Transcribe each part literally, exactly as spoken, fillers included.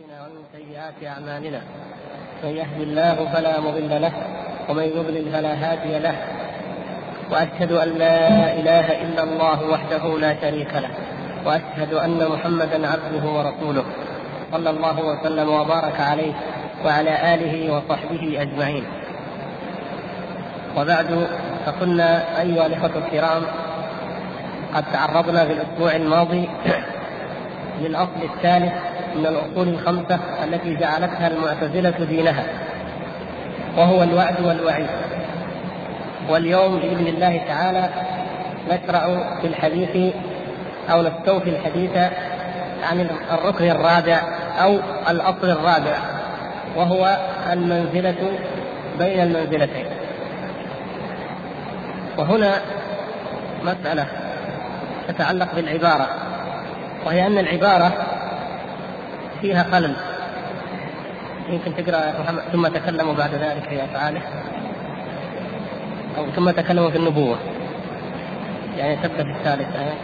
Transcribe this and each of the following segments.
ومن سيئات أعمالنا، من يهد الله فلا مضل له ومن يضلل فلا هادي له، وأشهد أن لا إله إلا الله وحده لا شريك له، وأشهد أن محمدا عبده ورسوله صلى الله وسلم وبارك عليه وعلى آله وصحبه أجمعين. وبعد، فكنا أيها الإخوة الكرام قد تعرضنا في الأسبوع الماضي للأصل الثالث من الأصول الخمسة التي جعلتها المعتزلة دينها، وهو الوعد والوعيد. واليوم بإذن الله تعالى نشرع في الحديث أو نستوفي الحديث عن الركن الرابع أو الأصل الرابع، وهو المنزلة بين المنزلتين. وهنا مسألة تتعلق بالعبارة، وهي أن العبارة فيها خلل. يمكن تقرأ يا محمد: ثم تكلموا بعد ذلك في أفعاله، أو ثم تكلموا في النبوة، يعني تبدأ في الثالث آية.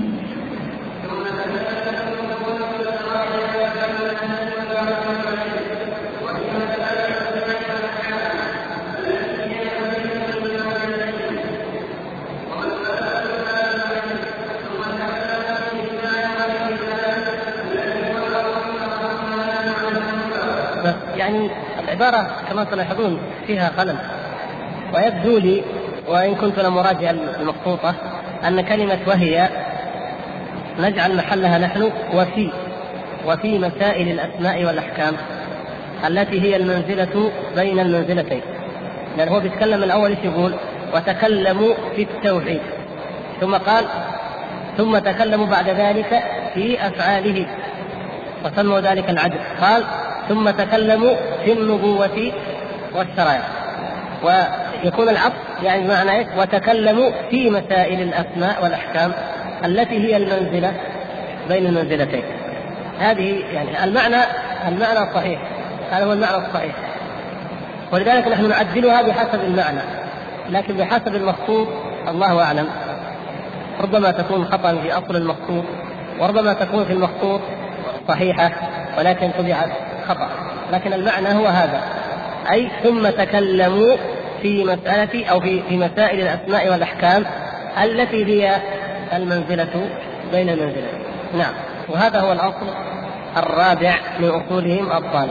يعني العبارة كما تلاحظون فيها خلل، ويبدو لي وإن كنت لم أراجع المخطوطة أن كلمة وهي نجعل محلها نحن وفي وفي مسائل الأسماء والأحكام التي هي المنزلة بين المنزلتين، لأن هو بيتكلم الأول إيش يقول؟ وتكلموا في التوحيد، ثم قال ثم تكلموا بعد ذلك في أفعاله وسموا ذلك العدل، قال ثم تكلموا في النبوة والشرائع. ويكون العطف يعني معنى ايش؟ وتكلموا في مسائل الأسماء والأحكام التي هي المنزلة بين المنزلتين. هذه يعني المعنى المعنى الصحيح، هذا هو المعنى الصحيح، ولذلك نحن نعدلها بحسب المعنى، لكن بحسب المخطوط الله أعلم ربما تكون خطأ في أصل المخطوط، وربما تكون في المخطوط صحيحة ولكن طبعت خطأ، لكن المعنى هو هذا، أي ثم تكلموا في مسألة أو في في مسائل الأسماء والأحكام التي هي المنزلة بين المنزلتين. نعم، وهذا هو الأصل الرابع من أصولهم الضالة،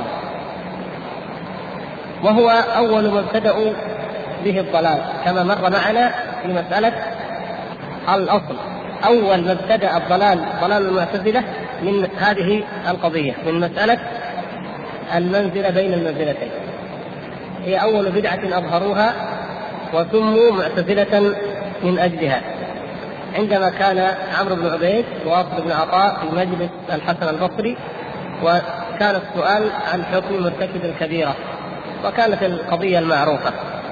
وهو أول ما ابتدأوا به الضلال، كما مر معنا في مسألة الأصل. أول ما ابتدأ الضلال ضلال المعتزلة من هذه القضية، من مسألة المنزلة بين المنزلتين، هي أول بدعة أظهروها وسموا معتزلة من أجلها، عندما كان عمرو بن عبيد وواصل بن عطاء في مجلس الحسن البصري، وكان السؤال عن حكم مرتكب الكبيرة، وكانت القضية المعروفة.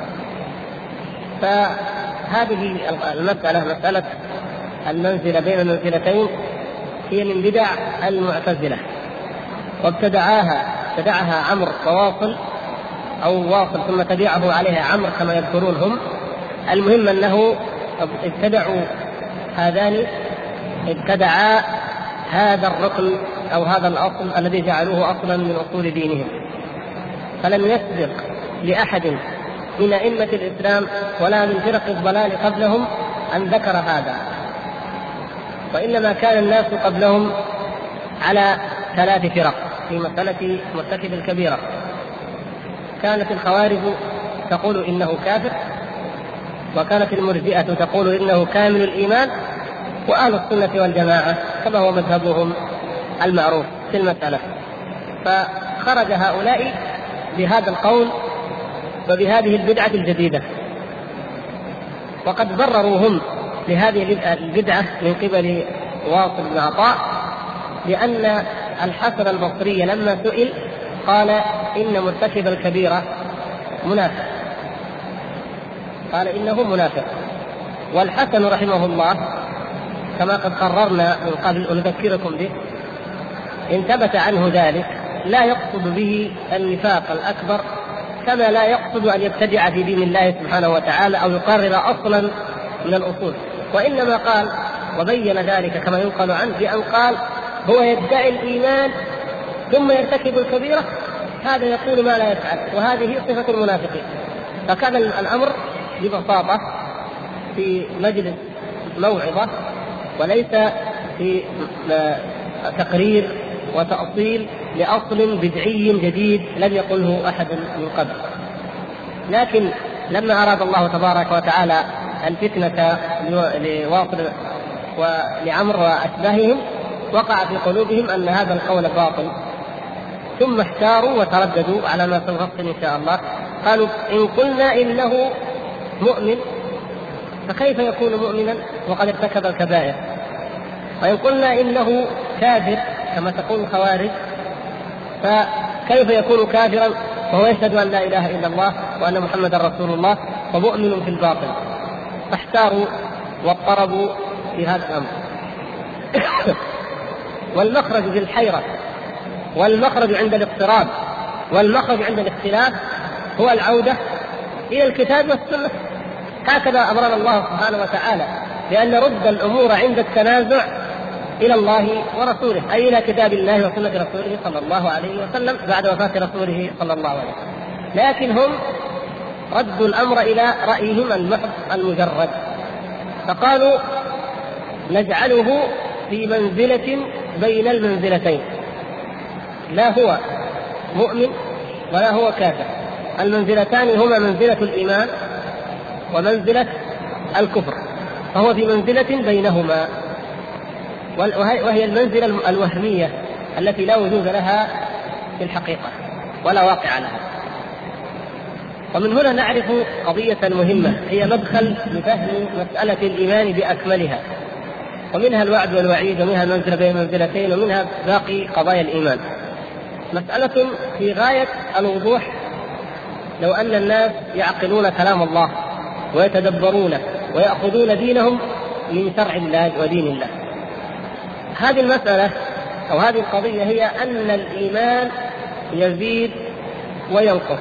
فهذه المسألة، مسألة المنزلة بين المنزلتين، هي من بدع المعتزلة، وابتدعاها ابتدعها عمرو وواصل، أو واصل ثم تبعه عليها عمرو كما يذكرون هم. المهم أنه ابتدعوا هذان ابتدعا هذا الركن أو هذا الأصل الذي جعلوه أصلا من أصول دينهم، فلم يسبق لأحد من أئمة الإسلام ولا من فرق الضلال قبلهم أن ذكر هذا، وإنما كان الناس قبلهم على ثلاث فرق في مسألة مرتكب الكبيرة. كانت الخوارج تقول إنه كافر، وكانت المرجئة تقول إنه كامل الإيمان، وأهل السنة والجماعة كما هو مذهبهم المعروف في المسألة. فخرج هؤلاء بهذا القول وبهذه البدعة الجديدة، وقد برروا هم لهذه البدعة من قبل واصل بن عطاء لأن الحسن البصري لما سئل قال إن مرتكب الكبيرة منافق، قال إنه منافق. والحسن رحمه الله كما قد قررنا من قبل ونذكركم به إن ثبت عنه ذلك لا يقصد به النفاق الأكبر، كما لا يقصد أن يبتدع في دين الله سبحانه وتعالى أو يقرر أصلا من الأصول، وإنما قال وبين ذلك كما ينقل عنه بأن قال هو يدعي الإيمان ثم يرتكب الكبيرة هذا يقول ما لا يفعل، وهذه صفة المنافقين. فكان الأمر ببساطة في مجلس موعظة وليس في تقرير وتأصيل لأصل بدعي جديد لم يقله أحد من قبل. لكن لما أراد الله تبارك وتعالى الفتنة لواصل ولعمر وأشباههم وقع في قلوبهم أن هذا القول باطل، ثم احتاروا وترددوا على ما سنفصل إن شاء الله. قالوا إن قلنا إنه مؤمن فكيف يكون مؤمنا وقد ارتكب الكبائر، وإن قلنا إنه كافر كما تقول الخوارج فكيف يكون كافرا وهو يشهد أن لا إله إلا الله وأن محمد رسول الله ومؤمن في الباطل. فاحتاروا واضطربوا في هذا الأمر. والمخرج في الحيرة والمخرج عند الاضطراب والمخرج عند الاختلاف هو العودة إلى الكتاب والسنة. هكذا أمرنا الله سبحانه وتعالى بأن نرد الأمور عند التنازع إلى الله ورسوله، أي إلى كتاب الله وسنة رسوله صلى الله عليه وسلم بعد وفاة رسوله صلى الله عليه وسلم. لكن هم ردوا الأمر إلى رأيهم المحض المجرد، فقالوا نجعله في منزلة بين المنزلتين، لا هو مؤمن ولا هو كافر، المنزلتان هما منزلة الإيمان ومنزلة الكفر، فهو في منزلة بينهما، وهي المنزلة الوهمية التي لا وجود لها في الحقيقة ولا واقع لها. ومن هنا نعرف قضية مهمة هي مدخل لفهم مسألة الإيمان بأكملها، ومنها الوعد والوعيد، ومنها المنزلة بين المنزلتين، ومنها باقي قضايا الإيمان. مسألة في غاية الوضوح لو أن الناس يعقلون كلام الله ويتدبرونه ويأخذون دينهم من شرع الله ودين الله. هذه المسألة أو هذه القضية هي أن الإيمان يزيد وينقص،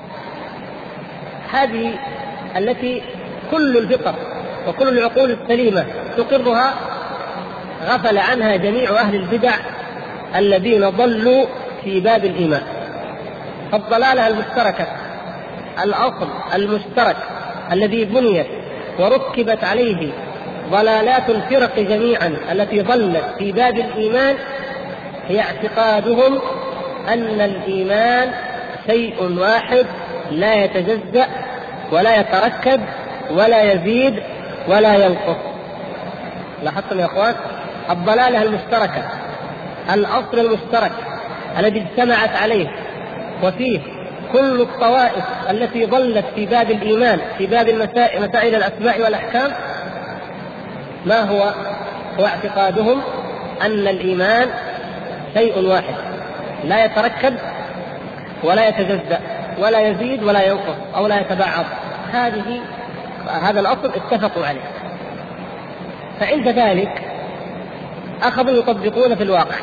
هذه التي كل الفطر وكل العقول السليمة تقرها، غفل عنها جميع أهل البدع الذين ضلوا في باب الإيمان. فالضلالة المشتركة، الأصل المشترك الذي بنيت وركبت عليه ضلالات الفرق جميعا التي ضلت في باب الإيمان هي اعتقادهم أن الإيمان شيء واحد لا يتجزأ ولا يتركب ولا يزيد ولا ينقص. لاحظتم يا أخوان؟ الضلالة المشتركة، الأصل المشترك الذي اجتمعت عليه وفيه كل الطوائف التي ضلت في باب الإيمان في باب المسائل مسائل الأسماء والأحكام، ما هو؟ هو اعتقادهم أن الإيمان شيء واحد لا يتركب ولا يتجزأ ولا يزيد ولا ينقص أو لا يتبعض. هذه هذا الأصل اتفقوا عليه. فعند ذلك أخذوا يطبقون في الواقع.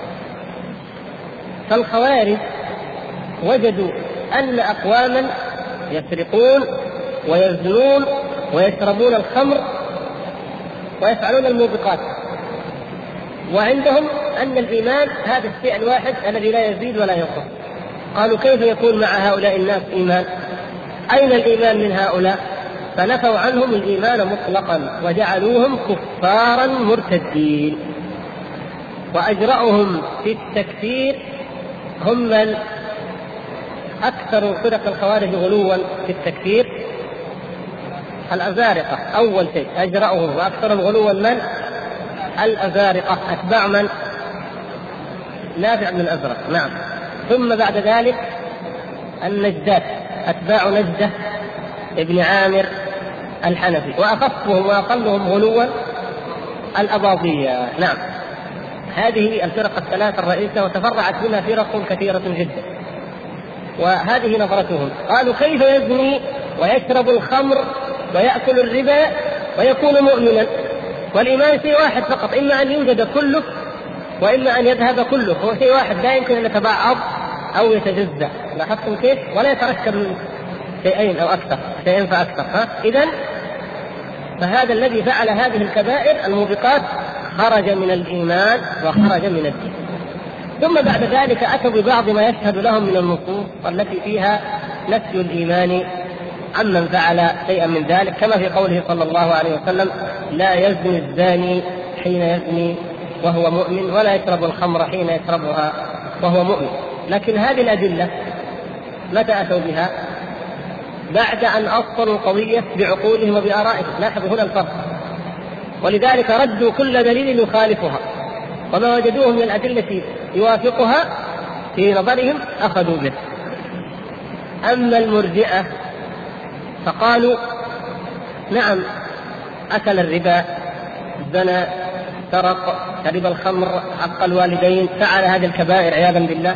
فالخوارج وجدوا أن أقواما يسرقون ويزنون ويشربون الخمر ويفعلون الموبقات، وعندهم أن الإيمان هذا الشيء الواحد الذي لا يزيد ولا ينقص. قالوا كيف يكون مع هؤلاء الناس إيمان؟ أين الإيمان من هؤلاء؟ فنفوا عنهم الإيمان مطلقا وجعلوهم كفارا مرتدين. وأجرأهم في التكفير هم من أكثر فرق الخوارج غلوا في التكفير الأزارقة. أول شيء أجرأهم وأكثرهم غلوا من؟ الأزارقة، أتباع من؟ نافع بن الأزرق، نعم. ثم بعد ذلك النجدات، أتباع نجدة ابن عامر الحنفي، وأخفهم وأقلهم غلوا الأباضية، نعم. هذه الفرق الثلاث الرئيسة، وتفرعت منها فرق كثيرة جدا. وهذه نظرتهم. قالوا كيف يزني ويشرب الخمر ويأكل الربا ويكون مؤمنا؟ والإيمان شيء واحد فقط، إما أن يوجد كله وإما أن يذهب كله، هو شيء واحد لا يمكن أن يتبعض أو يتجزأ. لاحظتم كيف؟ ولا يتركب من شيئين أو أكثر، شيئين فأكثر. ها؟ إذن فهذا الذي فعل هذه الكبائر الموبقات خرج من الإيمان وخرج من الدين. ثم بعد ذلك أتوا ببعض ما يشهد لهم من النصوص التي فيها نفي الإيمان عمن فعل شيئا من ذلك، كما في قوله صلى الله عليه وسلم: لا يزني الزاني حين يزني وهو مؤمن، ولا يشرب الخمر حين يشربها وهو مؤمن. لكن هذه الأدلة متى أتوا بها؟ بعد أن أصلوا القضية بعقولهم وبآرائهم. لاحظوا هنا الفرق، ولذلك ردوا كل دليل يخالفها، وما وجدوه من الأدلة يوافقها في نظرهم أخذوا به. أما المرجئة فقالوا: نعم، أكل الربا، زنى، سرق، شرب الخمر، عق الوالدين، فعل هذه الكبائر عياذا بالله،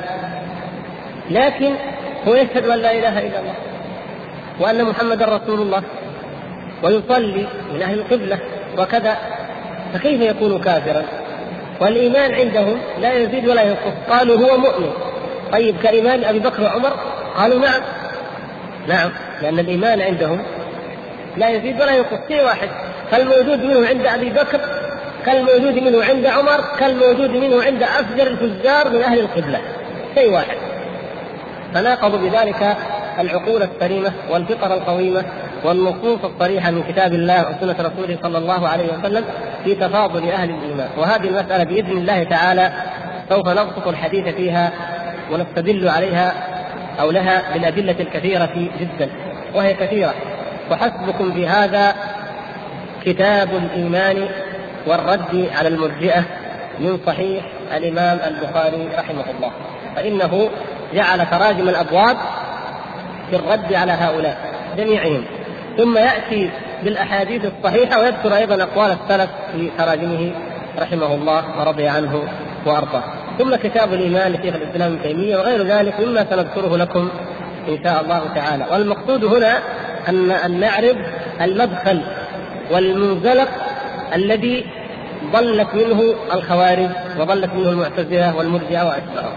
لكن هو يشهد أن لا إله إلا الله وأن محمد رسول الله ويصلي من أهل القبلة وكذا، فكيف يكون كافرا؟ والإيمان عندهم لا يزيد ولا ينقص. قالوا هو مؤمن. طيب كإيمان أبي بكر وعمر؟ قالوا نعم نعم، لأن الإيمان عندهم لا يزيد ولا ينقص، شيء واحد، فالموجود منه عند أبي بكر كالموجود منه عند عمر كالموجود منه عند أفجر الفجار من أهل القبلة، شيء واحد. فناقضوا بذلك العقول السليمة والفطر القويمة والنصوص الصريحة من كتاب الله وسنة رسوله صلى الله عليه وسلم في تفاضل أهل الإيمان. وهذه المسألة بإذن الله تعالى سوف نبسط الحديث فيها ونستدل عليها أو لها بالأدلة الكثيرة جدا، وهي كثيرة، وحسبكم في هذا كتاب الإيمان والرد على المرجئة من صحيح الإمام البخاري رحمه الله، فإنه جعل تراجم الأبواب في الرد على هؤلاء جميعهم، ثم يأتي بالأحاديث الصحيحة ويذكر أيضا أقوال السلف في تراجمه رحمه الله ورضي عنه وأرضاه، ثم كتاب الإيمان لشيخ الإسلام ابن تيمية وغير ذلك مما سنذكره لكم إن شاء الله تعالى. والمقصود هنا أن أن نعرف المدخل والمنزلق الذي ضلت منه الخوارج وضلت منه المعتزلة والمرجئة وأشباههم.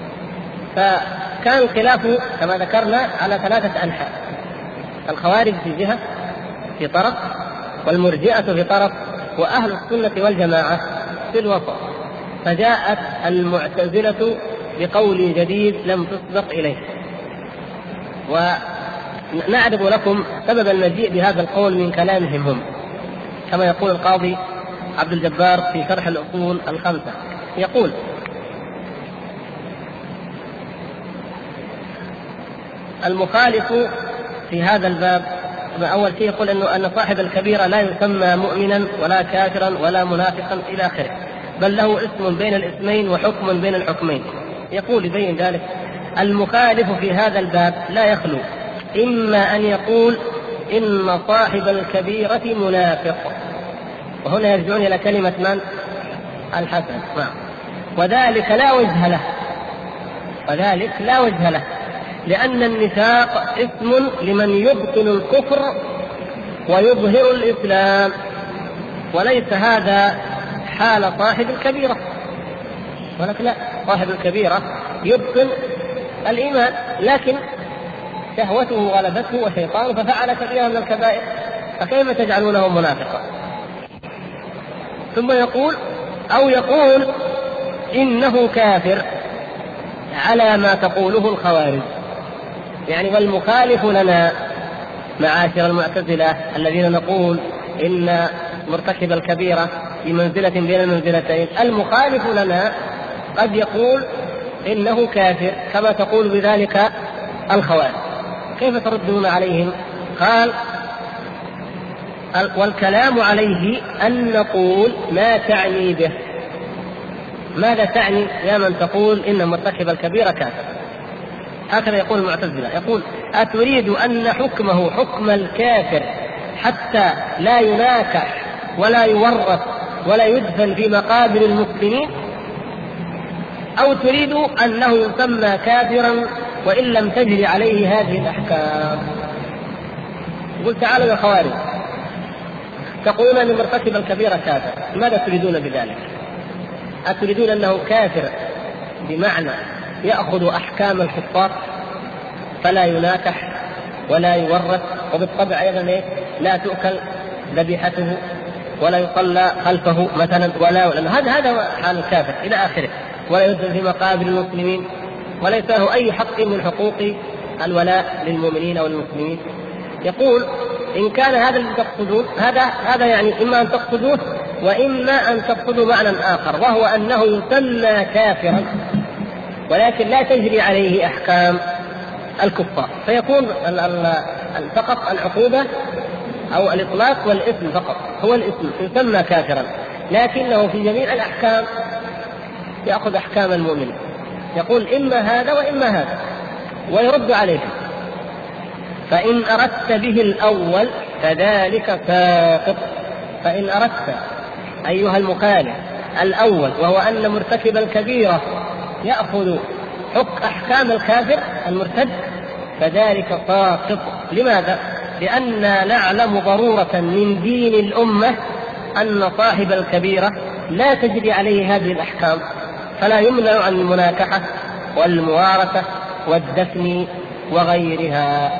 فكان الخلاف كما ذكرنا على ثلاثة أنحاء: الخوارج في جهة في طرف، والمرجئة في طرف، وأهل السنة والجماعة في الوسط. فجاءت المعتزلة بقول جديد لم تسبق إليه، ونعرض لكم سبب المجيء بهذا القول من كلامهم هم، كما يقول القاضي عبد الجبار في شرح الأصول الخمسة، يقول: المخالف في هذا الباب أول شيء يقول إنه أن صاحب الكبيرة لا يسمى مؤمنا ولا كافرا ولا منافقا إلى آخره، بل له اسم بين الاسمين وحكم بين الحكمين. يقول يبين ذلك: المخالف في هذا الباب لا يخلو إما أن يقول إن صاحب الكبيرة منافق، وهنا يرجعون إلى كلمة من؟ الحسن، وذلك لا وجه له، وذلك لا وجه له لأن النفاق اسم لمن يبطن الكفر ويظهر الإسلام، وليس هذا حال صاحب الكبيرة. ولكن لا، صاحب الكبيرة يبطن الإيمان لكن شهوته غلبته وشيطانه ففعل كبيرة من الكبائر، فكيف تجعلونه منافقا؟ ثم يقول: أو يقول إنه كافر على ما تقوله الخوارج. يعني والمخالف لنا معاشر المعتزلة الذين نقول إن مرتكب الكبيرة في منزلة بين المنزلتين، المخالف لنا قد يقول إنه كافر كما تقول بذلك الخوارج. كيف تردون عليهم؟ قال: والكلام عليه أن نقول ما تعني به. ماذا تعني يا من تقول إن مرتكب الكبيرة كافر؟ هكذا يقول المعتزلة، يقول: أتريد أن حكمه حكم الكافر حتى لا يناكح ولا يورث ولا يدفن في مقابر المسلمين، أو تريد أنه يسمى كافرا وإن لم تجري عليه هذه الأحكام؟ يقول: تعالوا يا خوارج، تقولون أن مرتكب الكبيرة كافر، ماذا تريدون بذلك؟ أتريدون أنه كافر بمعنى يأخذ أحكام الكفار فلا يناكح ولا يورث، وبالطبع أيضا لا تؤكل ذبيحته ولا يصلى خلفه مثلا، ولا ولا هذا هذا حال الكافر إلى آخره؟ ولا يدفن في مقابر المسلمين، وليس له أي حق من حقوق الولاء للمؤمنين أو المسلمين. يقول إن كان هذا اللي تقصدون، هذا هذا يعني إما أن تقصدوه وإما أن تقصدوا معنى آخر، وهو أنه يسمى كافرا ولكن لا تجري عليه أحكام الكفار، فيكون فقط العقوبة أو الإطلاق والإثم فقط، هو الإثم يسمى كافرا، لكنه في جميع الأحكام يأخذ أحكام المؤمن. يقول إما هذا وإما هذا، ويرد عليه: فإن أردت به الأول فذلك ساقط. فإن أردت أيها المخالف الأول، وهو أن مرتكب الكبيرة يأخذ حكم أحكام الكافر المرتد، فذلك ساقط. لماذا؟ لأننا نعلم ضرورة من دين الأمة أن صاحب الكبيرة لا تجري عليه هذه الأحكام، فلا يمنع عن المناكحة والموارثة والدفن وغيرها.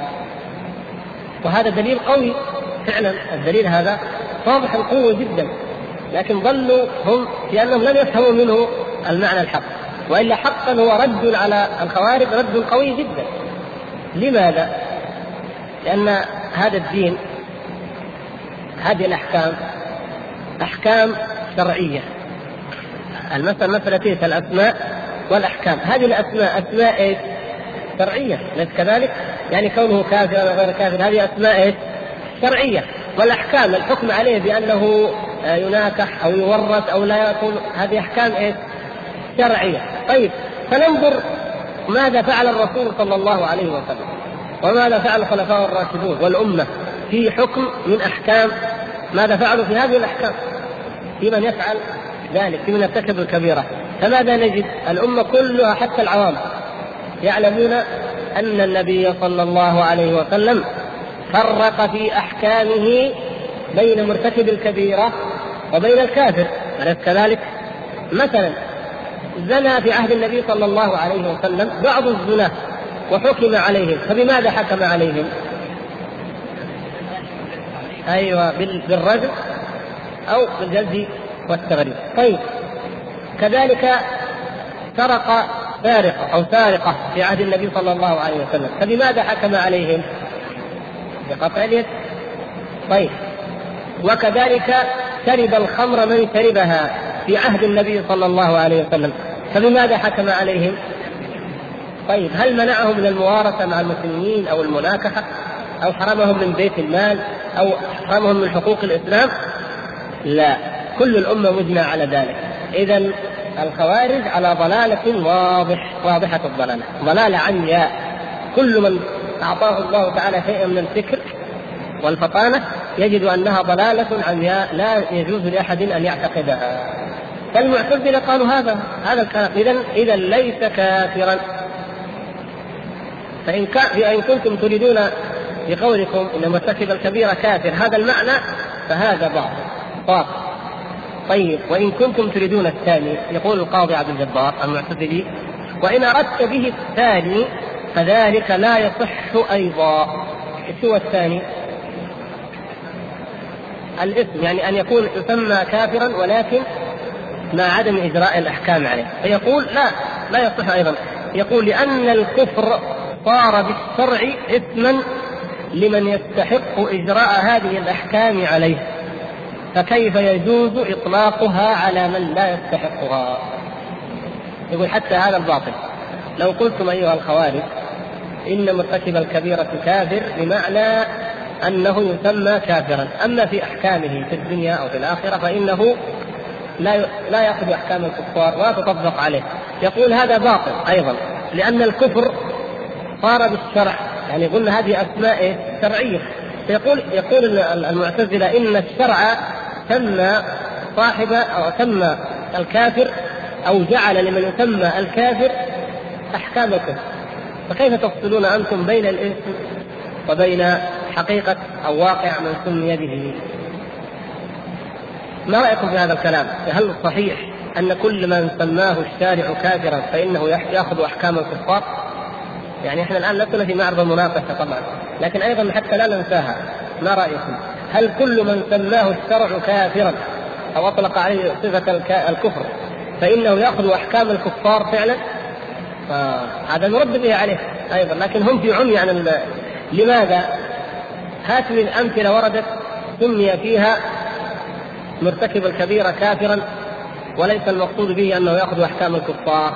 وهذا دليل قوي فعلا، الدليل هذا واضح القوة جدا، لكن ظلوا هم في أنهم لم يفهموا منه المعنى الحق، وإلا حقا هو رد على الخوارج رد قوي جدا. لماذا؟ لأن هذا الدين، هذه الأحكام أحكام شرعية. المسألة مسألة الأسماء والأحكام، هذه الأسماء أسماء إيه؟ شرعية، ليس كذلك؟ يعني كونه كافر أو غير كافر هذه أسماء إيه؟ شرعية. والأحكام الحكم عليه بأنه يناكح أو يورث أو لا يكون، هذه أحكام إيه؟ شرعية. طيب فننظر ماذا فعل الرسول صلى الله عليه وسلم، وماذا فعل الخلفاء الراشدون والأمة في حكم من أحكام، ماذا فعلوا في هذه الأحكام في من يفعل ذلك، في من يرتكب الكبيرة. فماذا نجد؟ الأمة كلها حتى العوام يعلمون أن النبي صلى الله عليه وسلم فرق في أحكامه بين مرتكب الكبيرة وبين الكافر، أليس كذلك؟ مثلا زنى في عهد النبي صلى الله عليه وسلم بعض الزنا وحكم عليهم، فبماذا حكم عليهم؟ أيوة بالرجم أو بالجلد والتغريب. طيب كذلك سرق سارقة أو سارقة في عهد النبي صلى الله عليه وسلم، فبماذا حكم عليهم؟ بقطع اليد. طيب وكذلك شرب الخمر من شربها في عهد النبي صلى الله عليه وسلم، فبماذا حكم عليهم؟ طيب هل منعهم من الموارثة مع المسلمين أو المناكحة أو حرمهم من بيت المال أو حرمهم من حقوق الإسلام؟ لا، كل الأمة مجمع على ذلك. إذن الخوارج على ضلالة واضح واضحة الضلالة، ضلالة عمياء. كل من أعطاه الله تعالى شيئا من الفكر والفطانة يجد أنها ضلالة عمياء لا يجوز لأحد أن يعتقدها. فالمعتزلة قالوا هذا هذا الكلام، إذن إذن ليس كافرا. فإن كان كنتم تريدون بقولكم إن مرتكب الكبيرة كافر هذا المعنى فهذا باطل. طيب وإن كنتم تريدون الثاني، يقول القاضي عبد الجبار المعتزلي: وإن أردت به الثاني فذلك لا يصح أيضا. شو الثاني؟ الاسم، يعني أن يكون يسمى كافرا ولكن مع عدم إجراء الأحكام عليه. فيقول لا لا يصح أيضا. يقول لأن الكفر صار بالشرع إثما لمن يستحق إجراء هذه الأحكام عليه، فكيف يجوز إطلاقها على من لا يستحقها؟ يقول حتى هذا الباطل. لو قلتم أيها الخوارج إن مرتكب الكبيرة كافر بمعنى أنه يسمى كافرا، أما في أحكامه في الدنيا أو في الآخرة فإنه لا لا يأخذ أحكام الكفار ولا تطبق عليه. يقول هذا باطل أيضا، لأن الكفر صار بالشرع، يعني قلنا هذه أسماء شرعية. يقول يقول المعتزلة إن الشرع سمى صاحب أو سمى الكافر أو جعل لمن يسمى الكافر أحكام الكفر، فكيف تفصلون أنتم بين الاسم وبين حقيقة أو واقع من سمي به؟ ما رأيكم في هذا الكلام؟ هل صحيح أن كل من سماه الشارع كافرا فإنه يأخذ أحكام الكفار؟ يعني إحنا الآن لسنا في معرض المناقشة طبعا، لكن أيضا حتى لا ننساها، ما رأيكم؟ هل كل من سماه الشرع كافرا أو أطلق عليه صفة الكفر فإنه يأخذ أحكام الكفار فعلا، فهذا نرد به عليه أيضا. لكن هم في عمي عن لماذا؟ هذه الأمثلة وردت سمي فيها مرتكب الكبيرة كافرا، وليس المقصود به أنه يأخذ أحكام الكفار.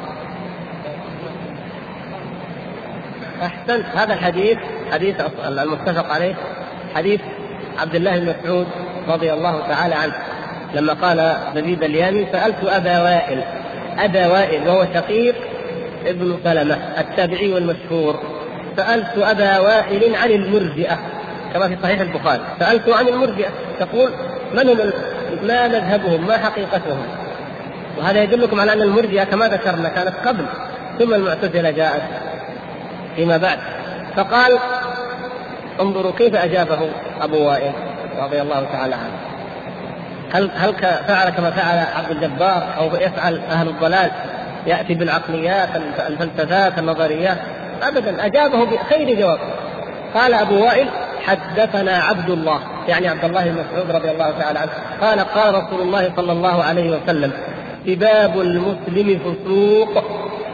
أحسن. هذا الحديث حديث المتفق عليه حديث عبد الله بن مسعود رضي الله تعالى عنه لما قال زبيب اليامي: سألت أبا وائل، أبا وائل وهو شقيق ابن سلمة التابعي المشهور، سألت أبا وائل عن المرجئة، كما في صحيح البخاري، سألت عن المرجئة، تقول من هم، ما مذهبهم، ما حقيقتهم؟ وهذا يدلكم على أن المرجئة كما ذكرنا كانت قبل، ثم المعتزلة جاءت فيما بعد. فقال: انظروا كيف أجابه أبو وائل رضي الله تعالى عنه. هل هل فعل كما فعل عبد الجبار أو يفعل أهل الضلال، يأتي بالعقليات الفلسفات النظريات؟ أبدا، أجابه بخير جواب. قال أبو وائل: حدثنا عبد الله، يعني عبد الله بن مسعود رضي الله تعالى عنه، قال: قال رسول الله صلى الله عليه وسلم: سباب المسلم فسوق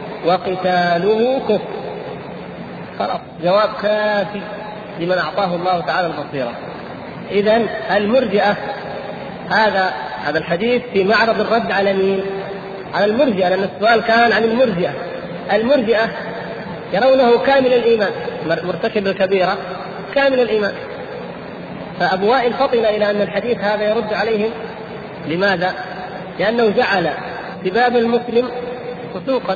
وقتاله كفر. خلاص، جواب كافي لمن أعطاه الله تعالى البصيرة. إذن المرجئة، هذا هذا الحديث في معرض الرد على مين؟ على المرجئة، لأن السؤال كان عن المرجئة. المرجئة يرونه كامل الإيمان، مرتكب الكبيرة كامل الإيمان. فأبو وائل فطن إلى أن الحديث هذا يرد عليهم. لماذا؟ لأنه جعل سباب المسلم فسوقا،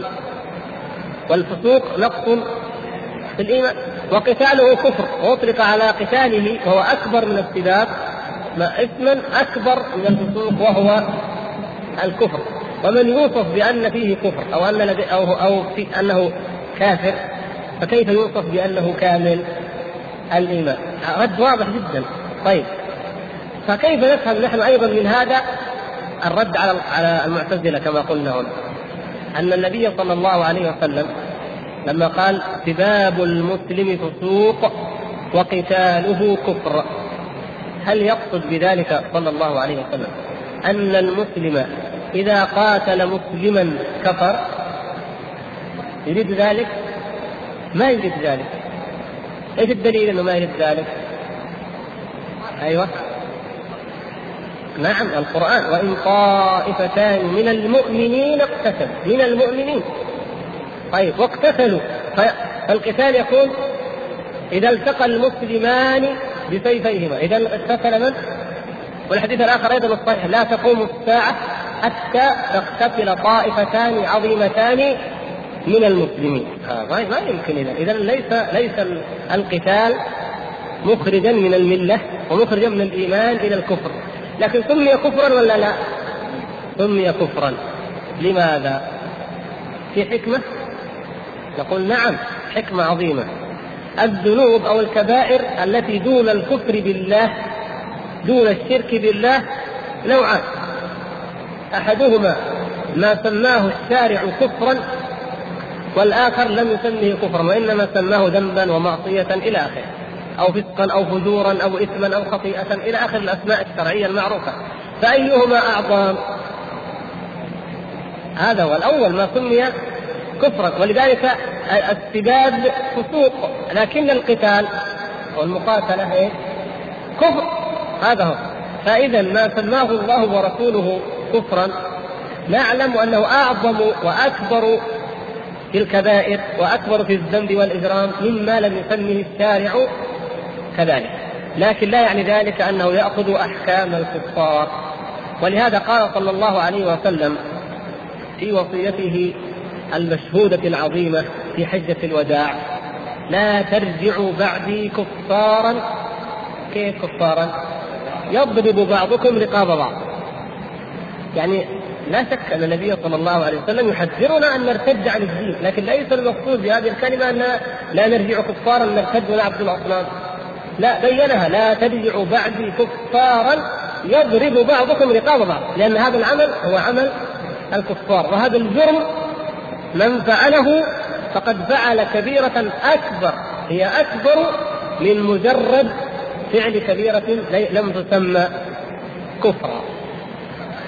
والفسوق نقص في الإيمان، وقتاله كفر، وأطلق على قتاله وهو أكبر من السباب إثما أكبر من الفسوق وهو الكفر. ومن يوصف بأن فيه كفر أو أن أو أو في أنه كافر، فكيف يوصف بأنه كامل الإيمان؟ رد واضح جدا. طيب، فكيف نفهم نحن أيضا من هذا الرد على على المعتزلة كما قلنا هنا؟ أن النبي صلى الله عليه وسلم لما قال: سباب المسلم فسوق وقتاله كفر، هل يقصد بذلك صلى الله عليه وسلم أن المسلم إذا قاتل مسلما كفر؟ يريد ذلك؟ ما يريد ذلك. ايش الدليل انه ما يريد ذلك؟ ايوه نعم، القرآن: وإن طائفتان من المؤمنين اقتتلوا، من المؤمنين. طيب، واقتتلوا، فالقتال يكون إذا التقى المسلمان بسيفيهما، إذا اقتتل من؟ والحديث الآخر أيضا الصحيح: لا تقوم الساعة حتى تقتتل طائفتان عظيمتان من المسلمين. آه ما يمكن. إذا إذا ليس ليس القتال مخرجا من الملة ومخرجا من الإيمان إلى الكفر، لكن سمي كفرا ولا لا؟ سمي كفرا. لماذا؟ في حكمة؟ نقول نعم، حكمة عظيمة. الذنوب أو الكبائر التي دون الكفر بالله، دون الشرك بالله، نوعان: أحدهما ما سماه الشارع كفرا، والآخر لم يسميه كفرا وإنما سماه ذنبا ومعصية إلى آخره، أو فسقا أو فجورا أو إثما أو خطيئة إلى آخر الأسماء الشرعية المعروفة. فأيهما أعظم؟ هذا هو الأول، ما سمي كفرا. ولذلك السباب فسوق، لكن القتال والمقاتلة إيه؟ كفر. هذا هو. فإذا ما سماه الله ورسوله كفرا نعلم أنه أعظم وأكبر في الكبائر وأكبر في الذنب والإجرام مما لم يسمه الشارع كذلك، لكن لا يعني ذلك أنه يأخذ أحكام الكفار. ولهذا قال صلى الله عليه وسلم في وصيته المشهودة العظيمة في حجة الوداع: لا ترجعوا بعدي كفارا. كيف كفارا؟ يضرب بعضكم رقاب بعض. يعني لا شك أن النبي صلى الله عليه وسلم يحذرنا أن نرتد عن الدين، لكن ليس المقصود بهذه الكلمة أن لا نرجع كفارا نرتد ونعبد الأصنام، لا، بينها: لا ترجعوا بعدي كفارا يضرب بعضكم رقاب بعض، لأن هذا العمل هو عمل الكفار، وهذا الجرم من فعله فقد فعل كبيرة أكبر، هي أكبر من مجرد فعل كبيرة لم تسمى كفرا.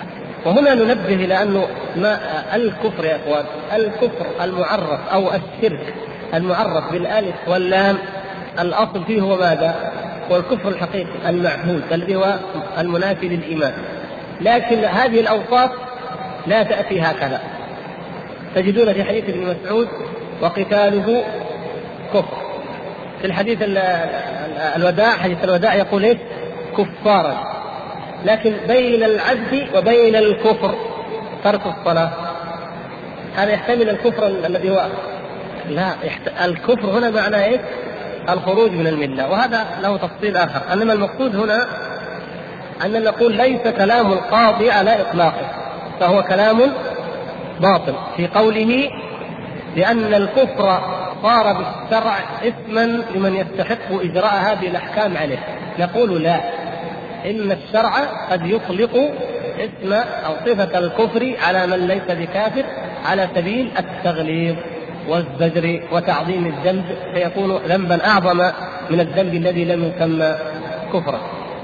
وهنا ننبه إلى أنه ما الكفر يا أخوان، الكفر المعرف أو الشرك المعرف بالألف واللام الأصل فيه هو ماذا؟ هو الكفر الحقيقي المعهود الذي هو المنافي للإيمان. لكن هذه الأوصاف لا تأتي هكذا. تجدون في حديث ابن مسعود وقتاله كفر، في الحديث الوداع حديث الوداع يقول إيه؟ كفارا. لكن بين العبد وبين الكفر ترك الصلاة، هذا يحتمل الكفر الذي هو لا يحت... الكفر هنا معناه إيه؟ الخروج من الملة، وهذا له تفصيل آخر. إنما المقصود هنا أن نقول ليس كلام القاضي على إطلاقه، فهو كلام باطل في قوله لأن الكفر صار بالشرع اسما لمن يستحق إجراء هذه الأحكام عليه. نقول لا، إن الشرع قد يطلق اسم أو صفة الكفر على من ليس بكافر على سبيل التغليظ والزجر وتعظيم الذنب، فيكون ذنبا أعظم من الذنب الذي لم يسمى كفرا.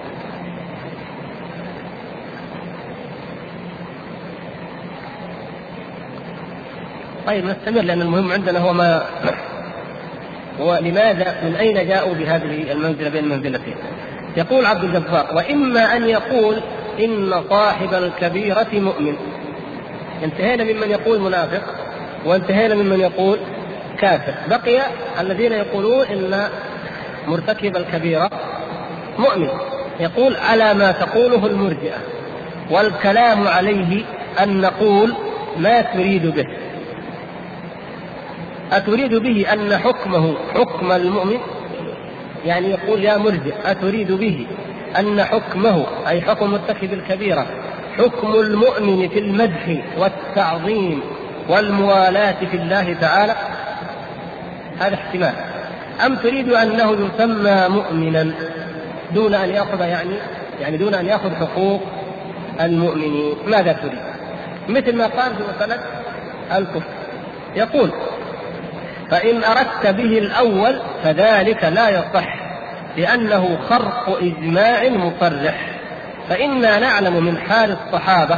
طيب نستمر، لأن المهم عندنا هو ما هو لماذا من أين جاءوا بهذه المنزلة بين منزلتين. يقول عبد الجبار: وإما أن يقول إن صاحب الكبيرة مؤمن. انتهينا ممن يقول منافق وانتهينا ممن يقول كافر، بقي الذين يقولون إن مرتكب الكبيرة مؤمن. يقول على ما تقوله المرجئة، والكلام عليه أن نقول ما تريد به. أتريد به أن حكمه حكم المؤمن؟ يعني يقول يا مرجئ أتريد به أن حكمه أي حكم مرتكب الكبيرة حكم المؤمن في المدح والتعظيم والموالاة في الله تعالى؟ هذا احتمال. أم تريد أنه يسمى مؤمنا دون أن يأخذ يعني يعني دون أن يأخذ حقوق المؤمنين؟ ماذا تريد؟ مثل ما قال في مسألة الكفر، يقول: فإن أردت به الأول فذلك لا يصح، لأنه خرق إجماع مصرح. فإنا نعلم من حال الصحابة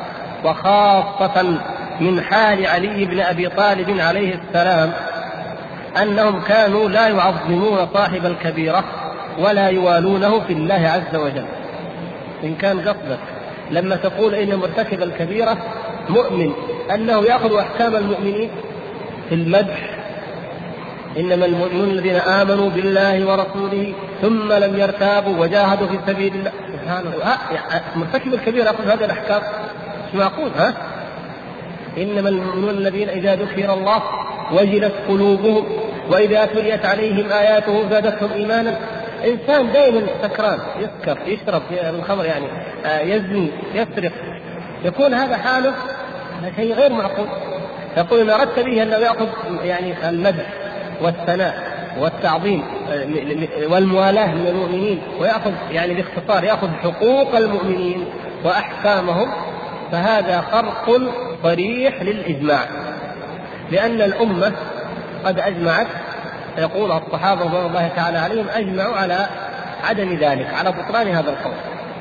وخاصة من حال علي بن أبي طالب عليه السلام أنهم كانوا لا يعظمون صاحب الكبيرة ولا يوالونه في الله عز وجل. إن كان قصدك لما تقول إن مرتكب الكبيرة مؤمن أنه يأخذ أحكام المؤمنين في المدح، إنما المؤمنون الذين آمنوا بالله ورسوله ثم لم يرتابوا وجاهدوا في سبيل الله، سبحان الله. مرتكب الكبيرة يأخذ هذه الأحكام؟ مش معقول. ها إنما المؤمنون الذين إذا ذكر الله وجلت قلوبهم وإذا تليت عليهم آياته زادتهم إيمانا. إنسان دائما سكران، يسكر، يشرب الخمر، يعني يزني، يسرق، يكون هذا حاله شيء غير معقول. يقول إن أردت به أنه يأخذ يعني المدح والثناء والتعظيم والموالاة من المؤمنين، ويأخذ يعني باختصار يأخذ حقوق المؤمنين وأحكامهم، فهذا خرق صريح للإجماع، لأن الأمة قد أجمعت. يقول الصحابة رضي الله تعالى عليهم أجمعوا على عدم ذلك، على بطلان هذا القول.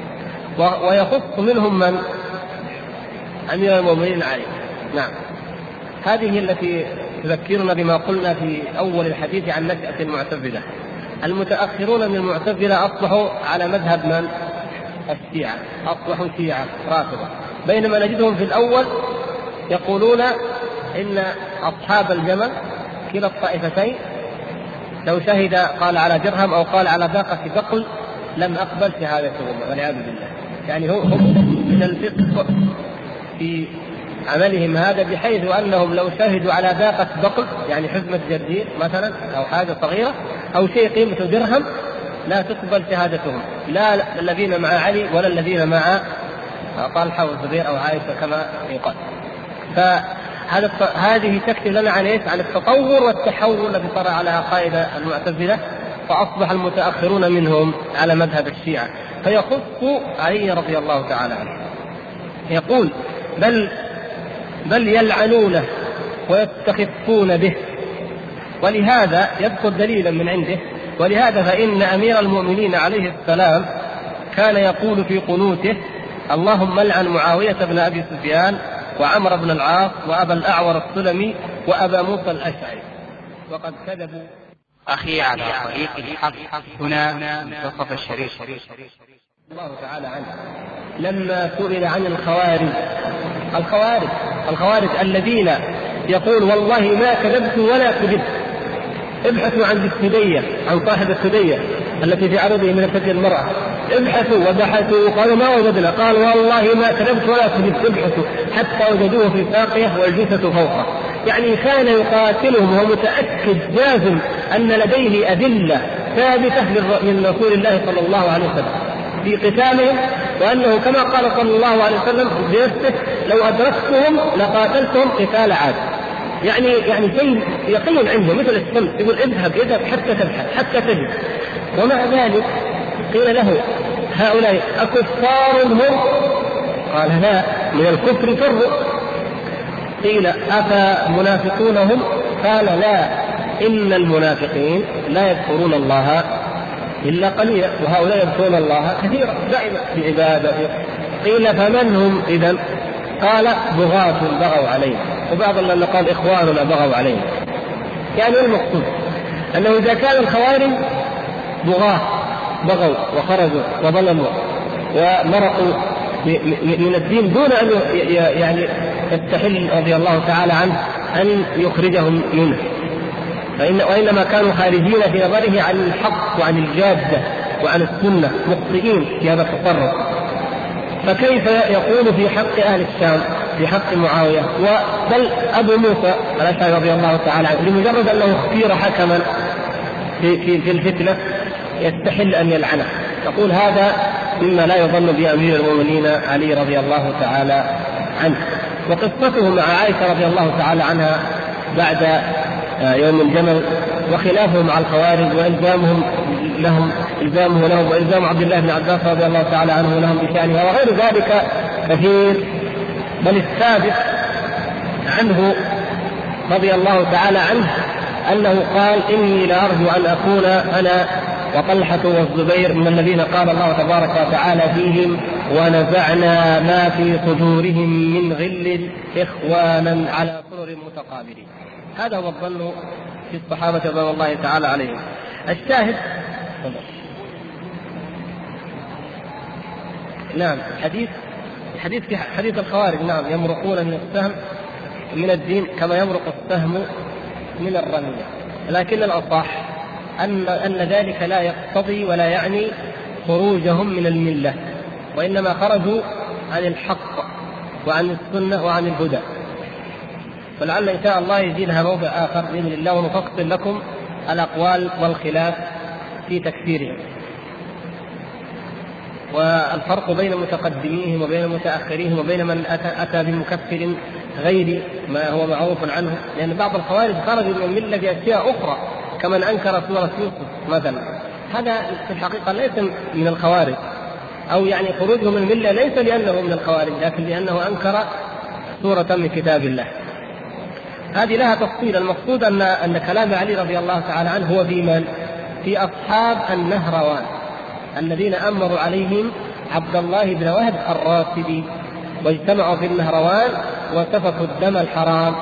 ويخص منهم من؟ أمير المؤمنين علي. نعم، هذه التي تذكرنا بما قلنا في أول الحديث عن نشأة المعتزلة. المتأخرون من المعتزلة أصبحوا على مذهب من؟ الشيعة، أصبحوا شيعة رافضة، بينما نجدهم في الأول يقولون إن أصحاب الجمل كلا الطائفتين لو شهد قال على درهم أو قال على باقة بقل لم أقبل شهادتهم والعياذ بالله. يعني هم من الفقه في عملهم هذا، بحيث أنهم لو شهدوا على باقة بقل يعني حزمة جرجير مثلا أو حاجة صغيرة أو شيء قيمته درهم لا تقبل شهادتهم، لا الذين مع علي ولا الذين مع طلحة والزبير أو عائشة كما يقال. فهذا هذه تكتب لنا عن إيش؟ عن التطور والتحول الذي طرأ على عقائد المعتزلة، فأصبح المتأخرون منهم على مذهب الشيعة. فيخص علي رضي الله تعالى عنه، يقول: بل بل يلعنونه ويستخفون به. ولهذا يذكر دليلا من عنده: ولهذا فإن أمير المؤمنين عليه السلام كان يقول في قنوته: اللهم لعن معاوية بن أبي سفيان وعمر بن العاص وأبا الأعور السلمي وأبا موسى الأشعري وقد كذبوا. أخي على طريق الحق هنا منتصف الشريف الله تعالى عنه لما سئل عن الخوارج الخوارج الخوارج الذين يقول والله ما كذبت ولا كذبت. ابحثوا عن السدية، عن صاحب السدية التي في عرضه من فتي المرأة، ابحثوا وبحثوا قالوا ما وجدنا، قال والله ما كذبت ولا كذبت. ابحثوا حتى وجدوه في ساقيه والجثة فوقه. يعني كان يقاتلهم وهو متأكد جازم أن لديه أدلة ثابتة من رسول الله صلى الله عليه وسلم في قتالهم، وأنه كما قال صلى الله عليه وسلم بنفسه لو أدركتهم لقاتلتهم قتال عاد. يعني يعني شيء يقين عنده مثل الشمس، يقول اذهب اذهب حتى تبحث حتى تجد. ومع ذلك قيل له هؤلاء أكفار هم؟ قال لا، من الكفر فروا. قيل أفمنافقون هم؟ قال لا، إن المنافقين لا يذكرون الله إلا قليلا وهؤلاء يذكرون الله كثيرا دائما بعبادة. قيل فمن هم إذن؟ قال بغاة بغوا عليه، وبعض اللي قال إخواننا بغوا عليه. يعني المقصود أنه إذا كان الخوارج بغاة بغوا وخرجوا وظلموا ومرقوا من الدين دون أن يعني يستحل رضي الله تعالى عنه أن يخرجهم منه، فإن وإنما كانوا خارجين في نظره عن الحق وعن الجادة وعن السنة، مخطئين في هذا التصرف. فكيف يقول في حق أهل الشام في حق معاوية وبل أبو موسى الأشعري رضي الله تعالى عنه لمجرد أنه اختير حكما في, في, في الفتنة يستحل أن يلعنه؟ يقول هذا مما لا يظن بأمير المؤمنين علي رضي الله تعالى عنه. وقصته مع عائشة رضي الله تعالى عنها بعد يوم الجمل وخلافهم مع الخوارج وإلزامهم لهم إلزامه لهم وإلزام عبد الله بن عباس رضي الله تعالى عنه لهم بشأنها وغير ذلك كثير. بل الثابت عنه رضي الله تعالى عنه أنه قال إني لأرجو أن أكون أنا وطلحة والزبير من الذين قال الله تبارك وتعالى فيهم ونزعنا ما في صدورهم من غل إخوانا على سرر متقابلين. هذا هو الظن في الصحابة رضي الله تعالى عليهم. الشاهد نعم حديث حديث في حديث الخوارج نعم يمرقون من السهم من الدين كما يمرق السهم من الرمية، لكن الأصح أن أن ذلك لا يقتضي ولا يعني خروجهم من الملة، وإنما خرجوا عن الحق وعن السنة وعن الهدى. فلعل إن شاء الله يجيلها موضع آخر بإذن الله ونفصل لكم الأقوال والخلاف في تكفيرهم والفرق بين متقدميهم وبين متأخريهم وبين من أتى, أتى بمكفر غير ما هو معروف عنه. لأن بعض الخوارج خرجوا من الملة بأشياء أخرى كمن أنكر سورة يوسف مثلا، هذا في الحقيقة ليس من الخوارج، أو يعني خروجه من الملة ليس لأنه من الخوارج لكن لأنه أنكر سورة من كتاب الله. هذه لها تفصيل. المقصود أن أن كلام علي رضي الله تعالى عنه هو في من؟ في أصحاب النهروان الذين أمروا عليهم عبد الله بن وهب الراسبي، واجتمعوا في النهروان وسفكوا الدم الحرام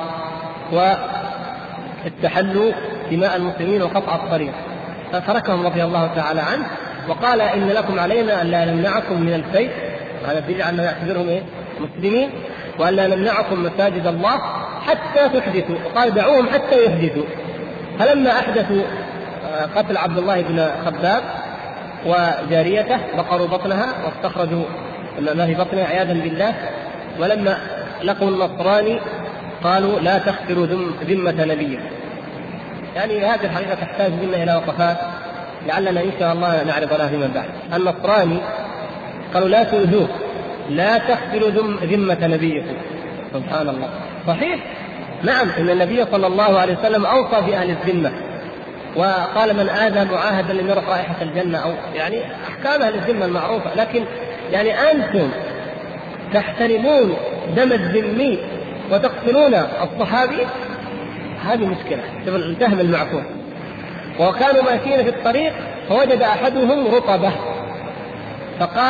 واستحلوا دماء المسلمين وقطع الطريق، فتركهم رضي الله تعالى عنه وقال إن لكم علينا أن لا نمنعكم من الفيء، هذا دليل أنه يعتبرهم إيه؟ مسلمين، وأن لا نمنعكم مساجد الله حتى تحدثوا، وقال دعوهم حتى يحدثوا. فلما أحدثوا قتل عبد الله بن خباب وجاريته بقروا بطنها واستخرجوا ما في بطنها عياذا بالله، ولما لقوا النصراني قالوا لا تخسروا ذمة نبيكم. يعني هذه الحقيقة تحتاج منا إلى وقفات لعلنا إن شاء الله نعرض لها فيما بعد. النصراني قالوا لا تؤذوه، لا تخسروا ذمة نبيكم. سبحان الله، صحيح نعم إن النبي صلى الله عليه وسلم أوصى بأهل الذمة وقال من آذى معاهدا لم يرح رائحة الجنة، أو يعني أحكام أهل الذمة المعروفة. لكن يعني أنتم تحترمون دم الذمي وتقتلون الصحابي، هذه مشكلة. الفهم المعقول. وكانوا ماشيين في الطريق فوجد أحدهم رطبة فقال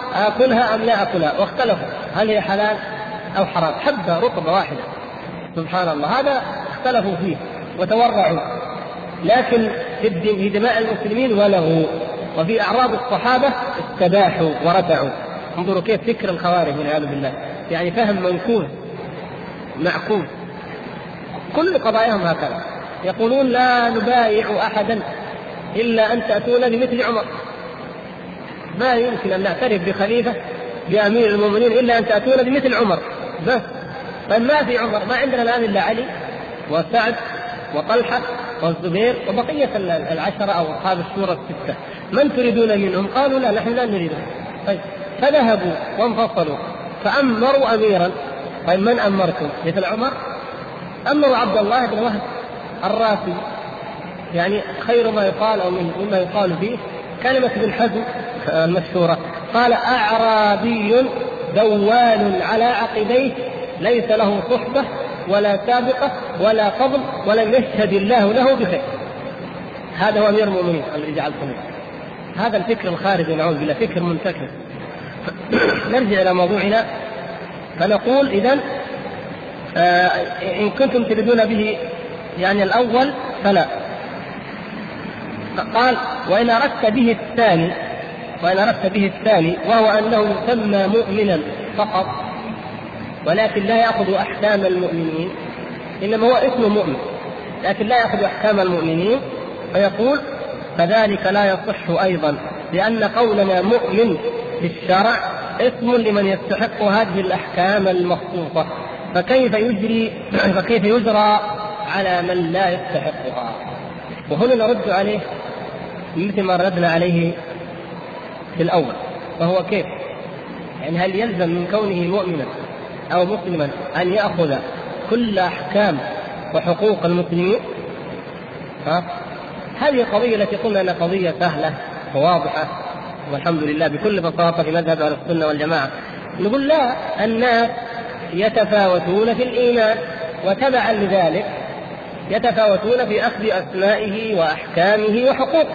آكلها أم لا آكلها، واختلفوا هل هي حلال أو حرام، حبة رطبة واحدة سبحان الله، هذا اختلفوا فيه وتورعوا. لكن في دماء المسلمين ولغوا، وفي أعراض الصحابة استباحوا ورفعوا. انظروا كيف فكر الخوارج والعياذ بالله، يعني فهم منكوس معكوس. كل قضاياهم هكذا، يقولون لا نبايع أحدا إلا أن تأتون بمثل عمر، ما يمكن أن نعترف بخليفة بأمير المؤمنين إلا أن تأتون بمثل عمر بس. فما في عمر، ما عندنا الآن إلا علي وسعد وطلحة والزبير وبقية العشرة أو أصحاب الشورى الستة، من تريدون منهم؟ قالوا لا نحن لا نريدهم. طيب فذهبوا وانفصلوا فأمروا أميرا. طيب من أمركم؟ مثل عمر؟ أمروا عبد الله بن وهب الراسي، يعني خير ما يقال أو مما يقال فيه كلمة ابن حزم المشهورة، قال أعرابي دوال على عقبيه ليس له صحبة ولا سابقة ولا فضل ولم يشهد الله له بخير. هذا هو أمير المؤمنين الذي جعلتم. هذا الفكر الخارجي نعوذ بالله، فكر منتكس. نرجع إلى موضوعنا فنقول إذن آه إن كنتم تريدون به يعني الأول فلا. قال وإن أردت به الثاني، وإن أردت به الثاني وهو أنه يسمى مؤمنا فقط ولكن لا يأخذ أحكام المؤمنين، إنما هو اسم مؤمن لكن لا يأخذ أحكام المؤمنين، فيقول فذلك لا يصح أيضا، لأن قولنا مؤمن في الشرع اسم لمن يستحق هذه الأحكام المخصوصة، فكيف يجري فكيف يجرى على من لا يستحقها؟ وهنا نرد عليه مثل ما ردنا عليه في الأول، وهو كيف يعني هل يلزم من كونه مؤمنا أو مسلما أن يأخذ كل أحكام وحقوق المسلمين؟ ها؟ هذه القضية التي قلنا أنها قضية سهلة وواضحة والحمد لله بكل بساطة في مذهب أهل السنة والجماعة. نقول لا، الناس يتفاوتون في الإيمان، وتبعا لذلك يتفاوتون في أخذ أسمائه وأحكامه وحقوقه.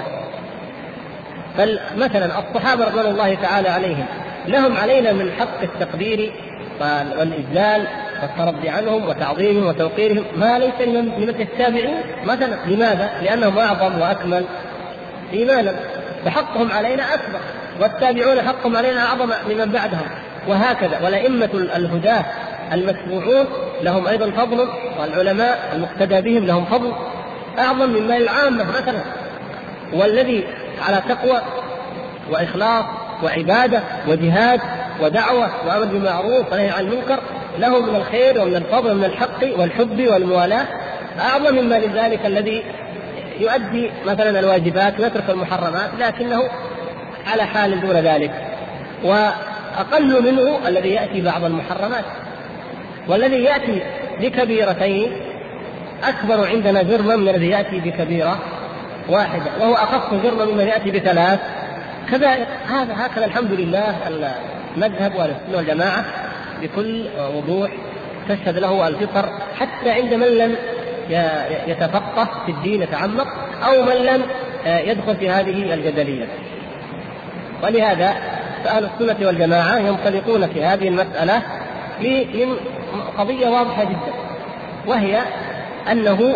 فمثلا الصحابة رضوان الله تعالى عليهم لهم علينا من حق التقدير والإجلال والترضي عنهم وتعظيمهم وتوقيرهم ما ليس لمن التابعين مثلا. لماذا؟ لأنهم أعظم وأكمل إيمانا، فحقهم علينا أكبر، والتابعون حقهم علينا أعظم ممن بعدهم، وهكذا. والأئمة الهداة المتبوعون لهم أيضا فضل، والعلماء المقتدى بهم لهم فضل أعظم مما العامة مثلا. والذي على تقوى وإخلاص وعبادة وجهاد ودعوة وأمر بالمعروف ونهي عن المنكر له من الخير ومن الفضل ومن الحق والحب والموالاة أعظم مما لذلك الذي يؤدي مثلا الواجبات ويترك المحرمات لكنه على حال دون ذلك، وأقل منه الذي يأتي بعض المحرمات. والذي يأتي بكبيرتين أكبر عندنا جرما من الذي يأتي بكبيرة واحدة، وهو أخف جرما ممن يأتي بثلاث كبائر. هذا هكذا الحمد لله المذهب والسنة والجماعة بكل وضوح تشهد له الفطر، حتى عند من لم يتفقه في الدين يتعمق أو من لم يدخل في هذه الجدلية. ولهذا فأهل السنة والجماعة ينطلقون في هذه المسألة من قضية واضحة جدا، وهي أنه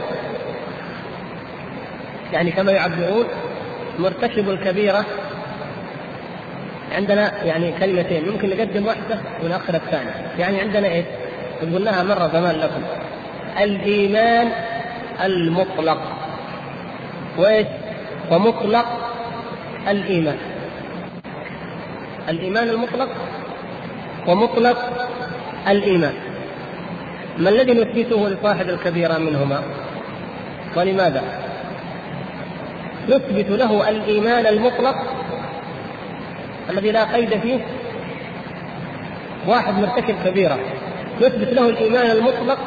يعني كما يعبرون مرتكب الكبيرة. عندنا يعني كلمتين ممكن نقدم واحدة ونأخر الثانية. يعني عندنا إيه؟ قلناها مرة زمان لكم، الإيمان المطلق وإيش؟ ومطلق الإيمان. الإيمان المطلق ومطلق الإيمان، ما الذي نثبته لصاحب الكبيرة منهما؟ ولماذا؟ نثبت له الإيمان المطلق الذي لا قيد فيه. واحد مرتكب كبيرة نثبت له الإيمان المطلق،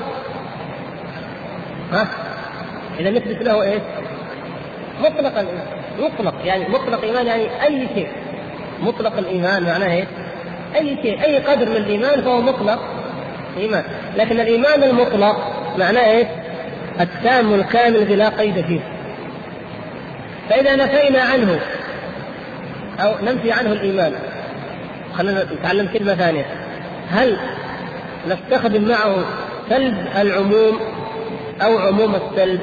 ها؟ إذا نثبت له إيه؟ مطلق الإيمان. مطلق يعني مطلق إيمان يعني أي شيء. مطلق الإيمان معناه إيه؟ أي شيء، أي قدر من الإيمان فهو مطلق إيمان. لكن الإيمان المطلق معناه إيه؟ التام الكامل الذي لا قيد فيه. فإذا نفينا عنه أو ننفي عنه الإيمان خلينا نتعلم كلمة ثانية. هل نستخدم معه سلب العموم أو عموم السلب؟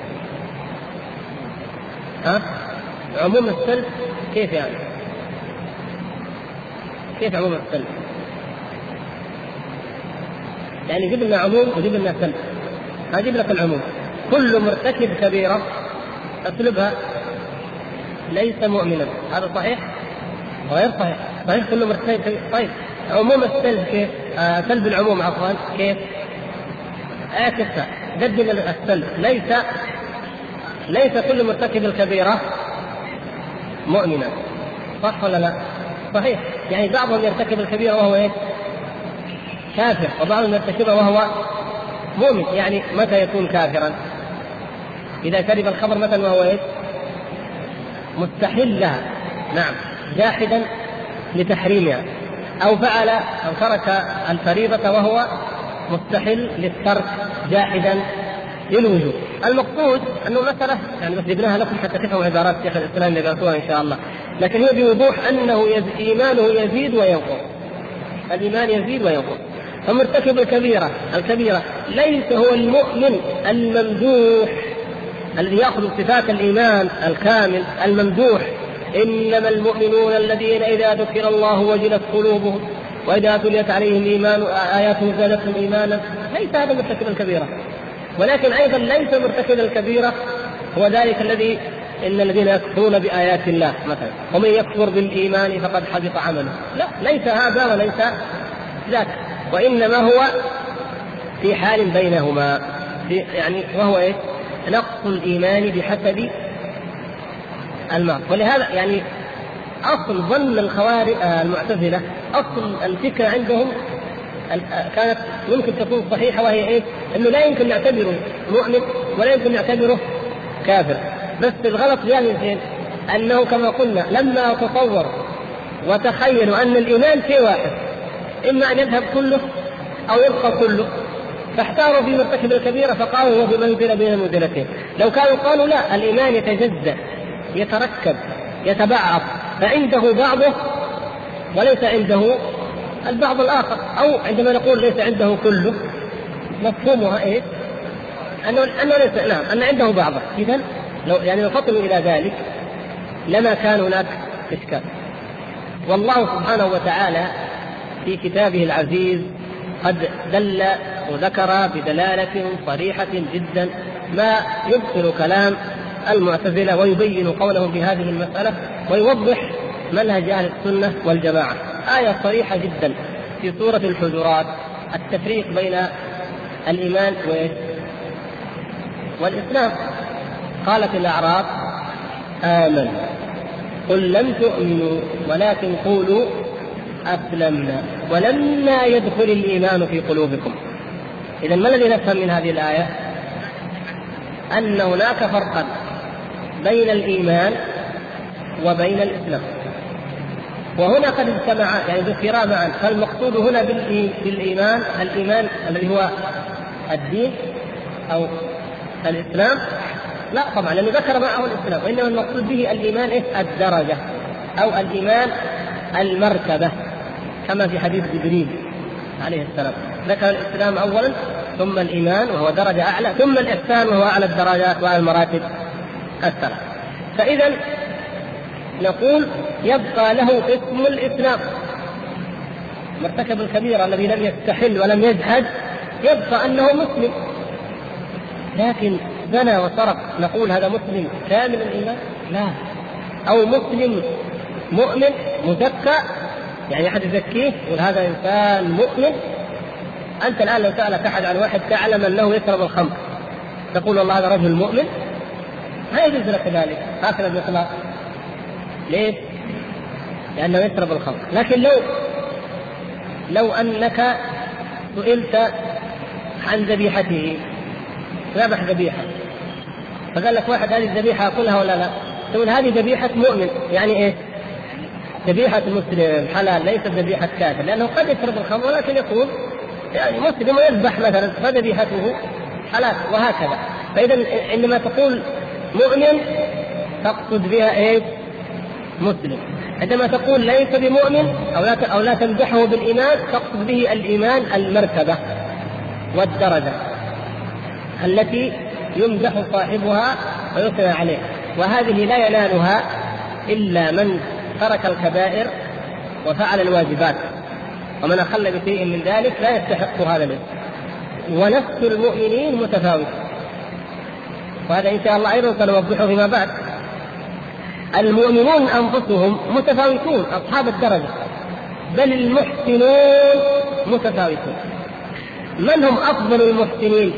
ها؟ عموم السلب كيف يعني؟ كيف عموم السلب؟ يعني جبنا عموم وجبنا سلب. هجيب لك العموم: كل مرتكب كبيرة أسلبها ليس مؤمنا. هذا صحيح؟ غير صحيح. صحيح كل مرتكب كبيرة. طيب عموم السلب كيف؟ آه سلب العموم عفوا كيف؟ اعكسها، قدم السلب: ليس ليس كل مرتكب الكبيرة مؤمنا. صح ولا لا؟ صحيح. يعني بعضهم يرتكب الكبيرة وهو ايه؟ كافر، وبعضهم يرتكبها وهو مؤمن. يعني متى يكون كافرا؟ إذا شرب الخمر مثلا وهو ايه؟ مستحل لها، نعم، جاحدا لتحريمها، أو فعل أو ترك الفريضة وهو مستحل للترك جاحدا للوجوب. المقصود أنه مسألة يعني بس جبناها لكم حتى تفهموا عبارات شيخ الإسلام اللي قالوها إن شاء الله، لكن هي بوضوح أنه يز... إيمانه يزيد وينقص. الإيمان يزيد وينقص. فمرتكب الكبيرة الكبيرة ليس هو المؤمن الممدوح الذي يأخذ صفات الإيمان الكامل الممدوح: إنما المؤمنون الذين إذا ذكر الله وجلت قلوبهم وإذا تليت عليهم إيمان آياته زادتهم إيمانا. ليس هذا مرتكب الكبيرة. ولكن أيضا ليس مرتكب الكبيرة هو ذلك الذي إن الذين يكفرون بآيات الله مثلا ومن يكفر بالإيمان فقد حبط عمله. لا، ليس هذا وليس ذاك، وإنما هو في حال بينهما، في يعني وهو إيه؟ نقص الإيمان بحسب المعصية. ولهذا يعني أصل ظن الخوارج المعتزلة، أصل الفكرة عندهم كانت ممكن تكون صحيحة، وهي إيه؟ إنه لا يمكن نعتبره مؤمن ولا يمكن نعتبره كافر. بس الغلط يعني فين؟ أنه كما قلنا لما تصور وتخيلوا أن الإيمان شيء واحد، إما أن يذهب كله أو يبقى كله، فاحتاروا في مرتكب الكبيرة فقالوا هو بمنزلة بين المنزلتين. لو كانوا قالوا لا، الإيمان يتجزأ يتركب يتبعض، فعنده بعضه وليس عنده البعض الآخر، أو عندما نقول ليس عنده كله مفهومها إيه؟ أنه أنه ليس نعم أن عنده بعضه. إذن لو يعني لو فطنوا إلى ذلك لما كان هناك إشكال. والله سبحانه وتعالى في كتابه العزيز قد دل وذكر بدلالة صريحة جدا ما يبطل كلام المعتزلة ويبين قولهم بهذه المسألة ويوضح منهج أهل السنة والجماعة. آية صريحة جدا في سورة الحجرات، التفريق بين الإيمان والإسلام. قالت الأعراب آمن قل لم تؤمنوا ولكن قولوا أسلمنا ولما يدخل الإيمان في قلوبكم. إذن ما الذي نفهم من هذه الآية؟ أن هناك فرقا بين الإيمان وبين الإسلام، وهنا قد اجتمع يعني ذكرا معا. فالمقصود هنا بالإيمان الإيمان الذي هو الدين أو الإسلام؟ لا طبعا، لأنه ذكر معه الإسلام، وإنما المقصود به الإيمان إيه؟ الدرجة أو الإيمان المرتبة، كما في حديث جبريل عليه السلام ذكر الإسلام أولا ثم الإيمان وهو درجة أعلى ثم الإحسان وهو أعلى الدرجات وأعلى المراتب الثلاث. فإذا نقول يبقى له اسم الإسلام. مرتكب الكبيرة الذي لم يستحل ولم يجحد يبقى أنه مسلم، لكن زنى وسرق نقول هذا مسلم كامل الإيمان؟ لا. أو مسلم مؤمن مزكى، يعني أحد يزكيه يقول هذا إنسان مؤمن. أنت الآن لو سألك أحد عن واحد تعلم أنه يشرب الخمر تقول والله هذا رجل مؤمن؟ ما يجوز لك ذلك هكذا بإطلاق. ليه؟ لأنه يشرب الخمر. لكن لو لو أنك سئلت عن ذبيحته، ذبح ذبيحة فقال لك واحد هذه الذبيحة أكلها ولا لا؟ تقول هذه ذبيحة مؤمن. يعني إيه؟ ذبيحة مسلم حلال ليست ذبيحة كافر، لأنه قد يشرب الخمر ولكن يقول يعني مسلم ويذبح مثلا فذبيحته حلال وهكذا. فإذا عندما تقول مؤمن تقصد بها إيه؟ مسلم. عندما تقول ليس بمؤمن أو لا أو لا تمدحه بالإيمان تقصد به الإيمان المرتبة والدرجة التي يمدح صاحبها ويثنى عليه، وهذه لا ينالها إلا من ترك الكبائر وفعل الواجبات، ومن أخل بشيء من ذلك لا يستحق هذا الاسم. ونفس المؤمنين متفاوت، وهذا إن شاء الله أيضا سنوضحه فيما بعد. المؤمنون أنفسهم متفاوتون أصحاب الدرجة، بل المحسنون متفاوتون. من هم أفضل المحسنين؟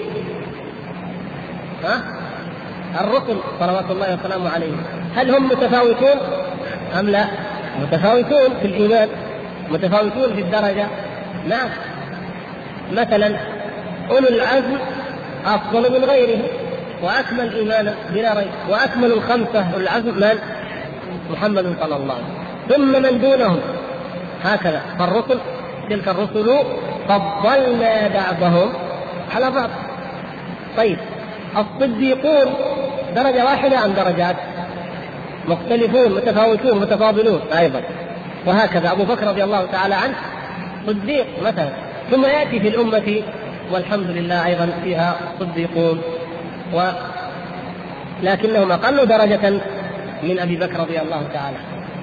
ها؟ الرسل صلوات الله وسلامه عليهم. هل هم متفاوتون أم لا؟ متفاوتون في الإيمان، متفاوتون في الدرجة. نعم، مثلا أولو العزم أفضل من غيرهم وأكمل إيمانا بلا ريب، وأكمل الخمسة أولو العزم من؟ محمد صلى الله عليه وسلم، ثم من دونهم هكذا. فالرسل تلك الرسل فضلنا بعضهم على بعض. طيب الصديقون درجة واحدة أم درجات؟ مختلفون متفاوتون متفاضلون أيضا. وهكذا أبو بكر رضي الله تعالى عنه صديق مثلا، ثم يأتي في الأمة والحمد لله أيضا فيها صديقون، ولكنهم أقل درجة من أبي بكر رضي الله تعالى.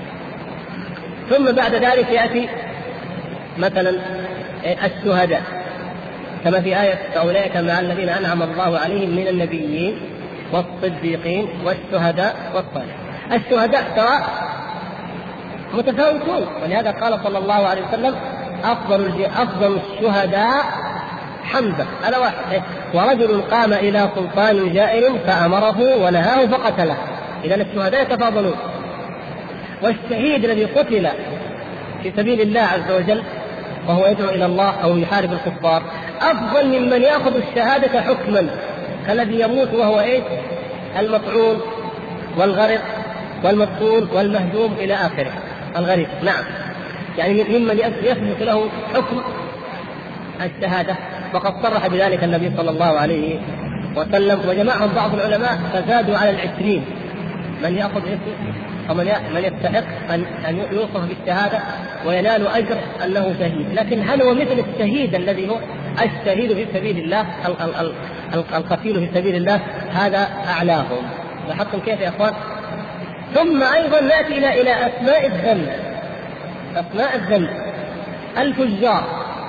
ثم بعد ذلك يأتي مثلا الشهداء، كما في آية فأولئك مع الذين أنعم الله عليهم من النبيين والصديقين والشهداء والصالحين. الشهداء سواء متفاوتون، ولهذا قال صلى الله عليه وسلم أفضل أفضل الشهداء حمزة على واحد، ورجل قام إلى سلطان جائر فأمره ونهاه فقتله. إذا الشهداء يتفاضلون. والشهيد الذي قتل في سبيل الله عز وجل وهو يدعو إلى الله أو يحارب الكفار أفضل ممن يأخذ الشهادة حكما، كالذي يموت وهو إيه؟ المطعون والغرق والمقتول والمهزوم إلى آخره الغريب. نعم، يعني ممن يثبت له حكم الشهادة، وقد صرح بذلك النبي صلى الله عليه وسلم. وجمعهم بعض العلماء فزادوا على العشرين من يأخذ اسم ومن من يستحق أن يوصف بالشهادة وينال أجر أنه شهيد. لكن هل هو مثل الشهيد الذي هو الشهيد في سبيل الله القتيل في سبيل الله؟ هذا أعلاهم. لاحظتم كيف يا أخوان؟ ثم أيضا نأتي إلى إلى أسماء الذنب. أسماء الذنب الفجار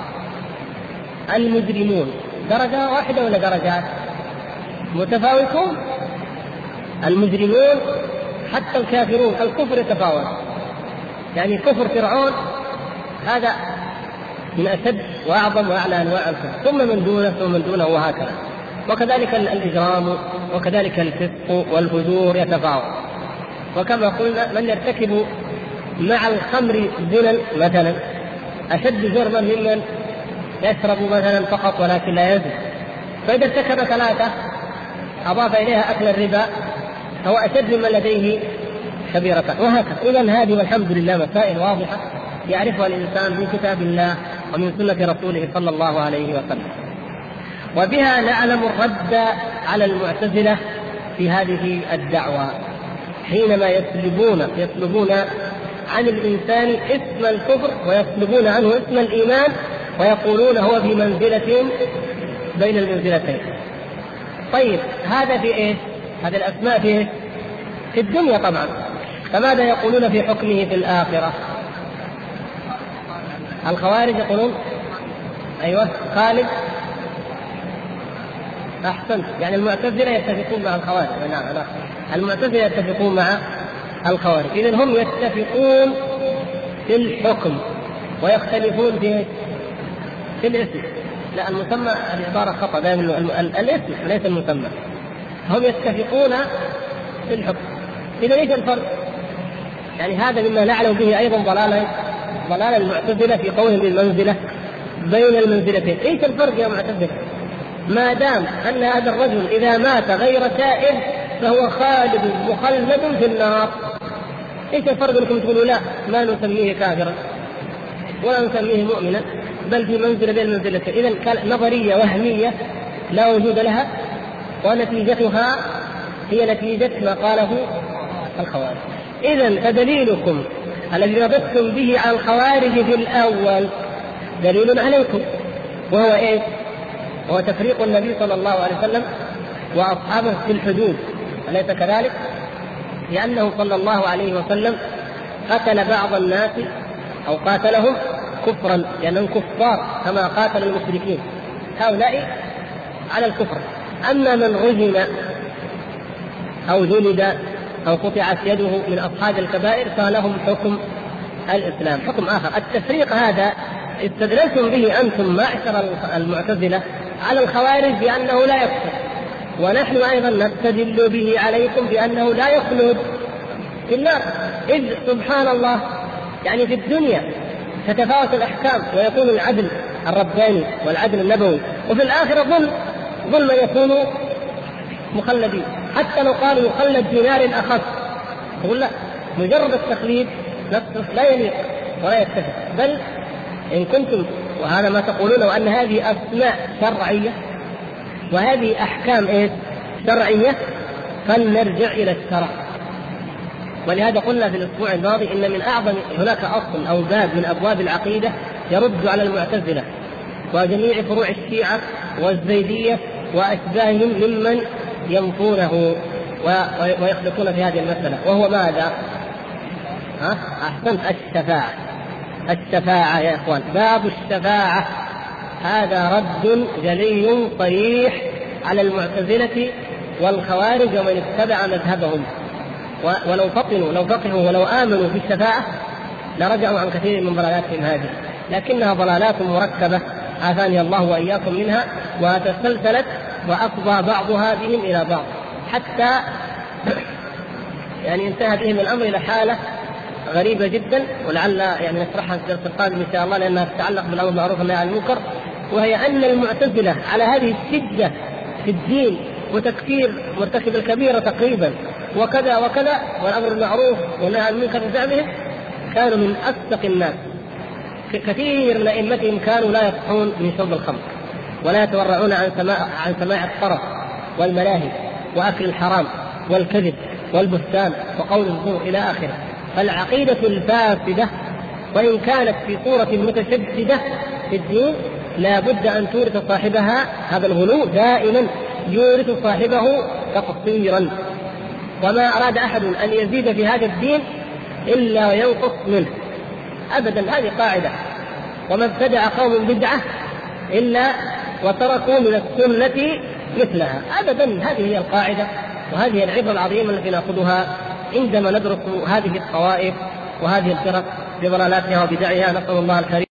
المجرمون درجة واحدة ولا درجات؟ متفاوتون. المجرمون حتى الكافرون الكفر يتفاوت، يعني كفر فرعون هذا من أشد وأعظم وأعلى أنواع الكفر، ثم من دونه ثم من دونه وهكذا. وكذلك الإجرام وكذلك الفسق والفجور يتفاوت. وكما قلنا من يرتكب مع الخمر زنا مثلا أشد جرما ممن يشرب مثلا فقط ولكن لا يزن. فإذا ارتكب ثلاثة أضاف إليها أكل الربا فهو أشد ممن لديه كبيرة، وهكذا. إذن هذه والحمد لله مسائل واضحة يعرفها الإنسان من كتاب الله ومن سنة رسوله صلى الله عليه وسلم. وبها نعلم الرد على المعتزلة في هذه الدعوة حينما يسلبون يسلبون عن الإنسان اسم الكفر ويسلبون عنه اسم الإيمان ويقولون هو في منزلة بين المنزلتين. طيب هذا في إيه؟ هذه الأسماء في إيه؟ في الدنيا طبعا. فماذا يقولون في حكمه في الآخرة؟ الخوارج يقولون أيوة خالد. أحسن، يعني المعتزلة يتفقون مع الخوارج. نعم لا. المعتزلة يتفقون مع الخوارج. إذن هم يتفقون في الحكم ويختلفون في في الاسم. لا المسمى العبارة خطأ، دائما الاسم ليس المسمى. هم يتفقون في الحكم. إذا ايش الفرق؟ يعني هذا مما نعلم به أيضا ضلال ضلال المعتزلة في قولهم بالمنزلة بين المنزلتين. ايش الفرق يا معتزلة؟ ما دام أن هذا الرجل إذا مات غير تائب فهو خالد مخلد في النار، ايش الفرق انكم تقولوا لا ما نسميه كافرا ولا نسميه مؤمنا بل في منزلة بين المنزلتين؟ إذن كان نظرية وهمية لا وجود لها، ونتيجتها هي نتيجة ما قاله الخوارج. إذن فدليلكم الذي رددتم به على الخوارج في الأول دليل عليكم، وهو إيه؟ هو تفريق النبي صلى الله عليه وسلم وأصحابه في الحدود، أليس كذلك؟ لأنه صلى الله عليه وسلم قتل بعض الناس أو قاتلهم كفرا لأنهم كفار كما قاتل المشركين، هؤلاء على الكفر. أما من رجم أو جلد أو قطعت يده من أصحاب الكبائر فلهم حكم الإسلام، حكم آخر. التفريق هذا استدللتم به أنتم معشر المعتزلة على الخوارج بأنه لا يكفر، ونحن أيضا نستدل به عليكم بأنه لا يخلد في النار، إذ سبحان الله يعني في الدنيا تتفاوت الأحكام ويكون العدل الرباني والعدل النبوي، وفي الآخرة ظلم ظلم يكون مخلدين. حتى لو قالوا يخلد في نار أخف، يقول لا، مجرد التخليد نفسه لا يليق ولا يتفق. بل إن كنتم وهذا ما تقولون وأن هذه أسماء شرعية وهذه أحكام إيه شرعية، فلنرجع إلى الشرع. ولهذا قلنا في الأسبوع الماضي إن من أعظم هناك أصل أو باب من أبواب العقيدة يرد على المعتزلة وجميع فروع الشيعة والزيدية وأشباههم ممن ينفونه ويخلطون في هذه المسألة، وهو ماذا؟ ها؟ أحسنت، الشفاعة. الشفاعة يا إخوان، باب الشفاعة هذا رد جلي صريح على المعتزلة والخوارج ومن اتبع مذهبهم. ولو فطنوا لو فقهوا ولو آمنوا بالشفاعة لرجعوا عن كثير من ضلالاتهم هذه، لكنها ضلالات مركبة عافاني الله وإياكم منها، وتسلسلت وأفضى بعضها بهم إلى بعض حتى يعني انتهى بهم الأمر إلى حالة غريبة جدا، ولعل يعني نشرحها في الدرس القادم إن شاء الله لأنها تتعلق بالأمر المعروف والنهي عن المنكر. وهي أن المعتزلة على هذه الشدة في الدين وتكفير مرتكب الكبيرة تقريبا وكذا وكذا والأمر المعروف والنهي عن المنكر بزعمهم، كانوا من أصدق الناس. كثير من أئمتهم كانوا لا يصحون من شرب الخمر ولا يتورعون عن سماع عن سماع الطرف والملاهي وأكل الحرام والكذب والبهتان وقول الزور إلى آخره. فالعقيدة الفاسدة وإن كانت في صورة متشددة في الدين لا بد أن تورث صاحبها هذا الغلو، دائما يورث صاحبه تقصيرا، وما أراد أحد أن يزيد في هذا الدين إلا وينقص منه أبدا. هذه قاعدة. وما ابتدع قوم بدعة إلا وتركوا من السنة مثلها أبدا. هذه هي القاعدة وهذه العبرة العظيمة التي نأخذها عندما ندرس هذه الطوائف وهذه الفرق بضلالاتها وبدعها. نسأل الله الكريم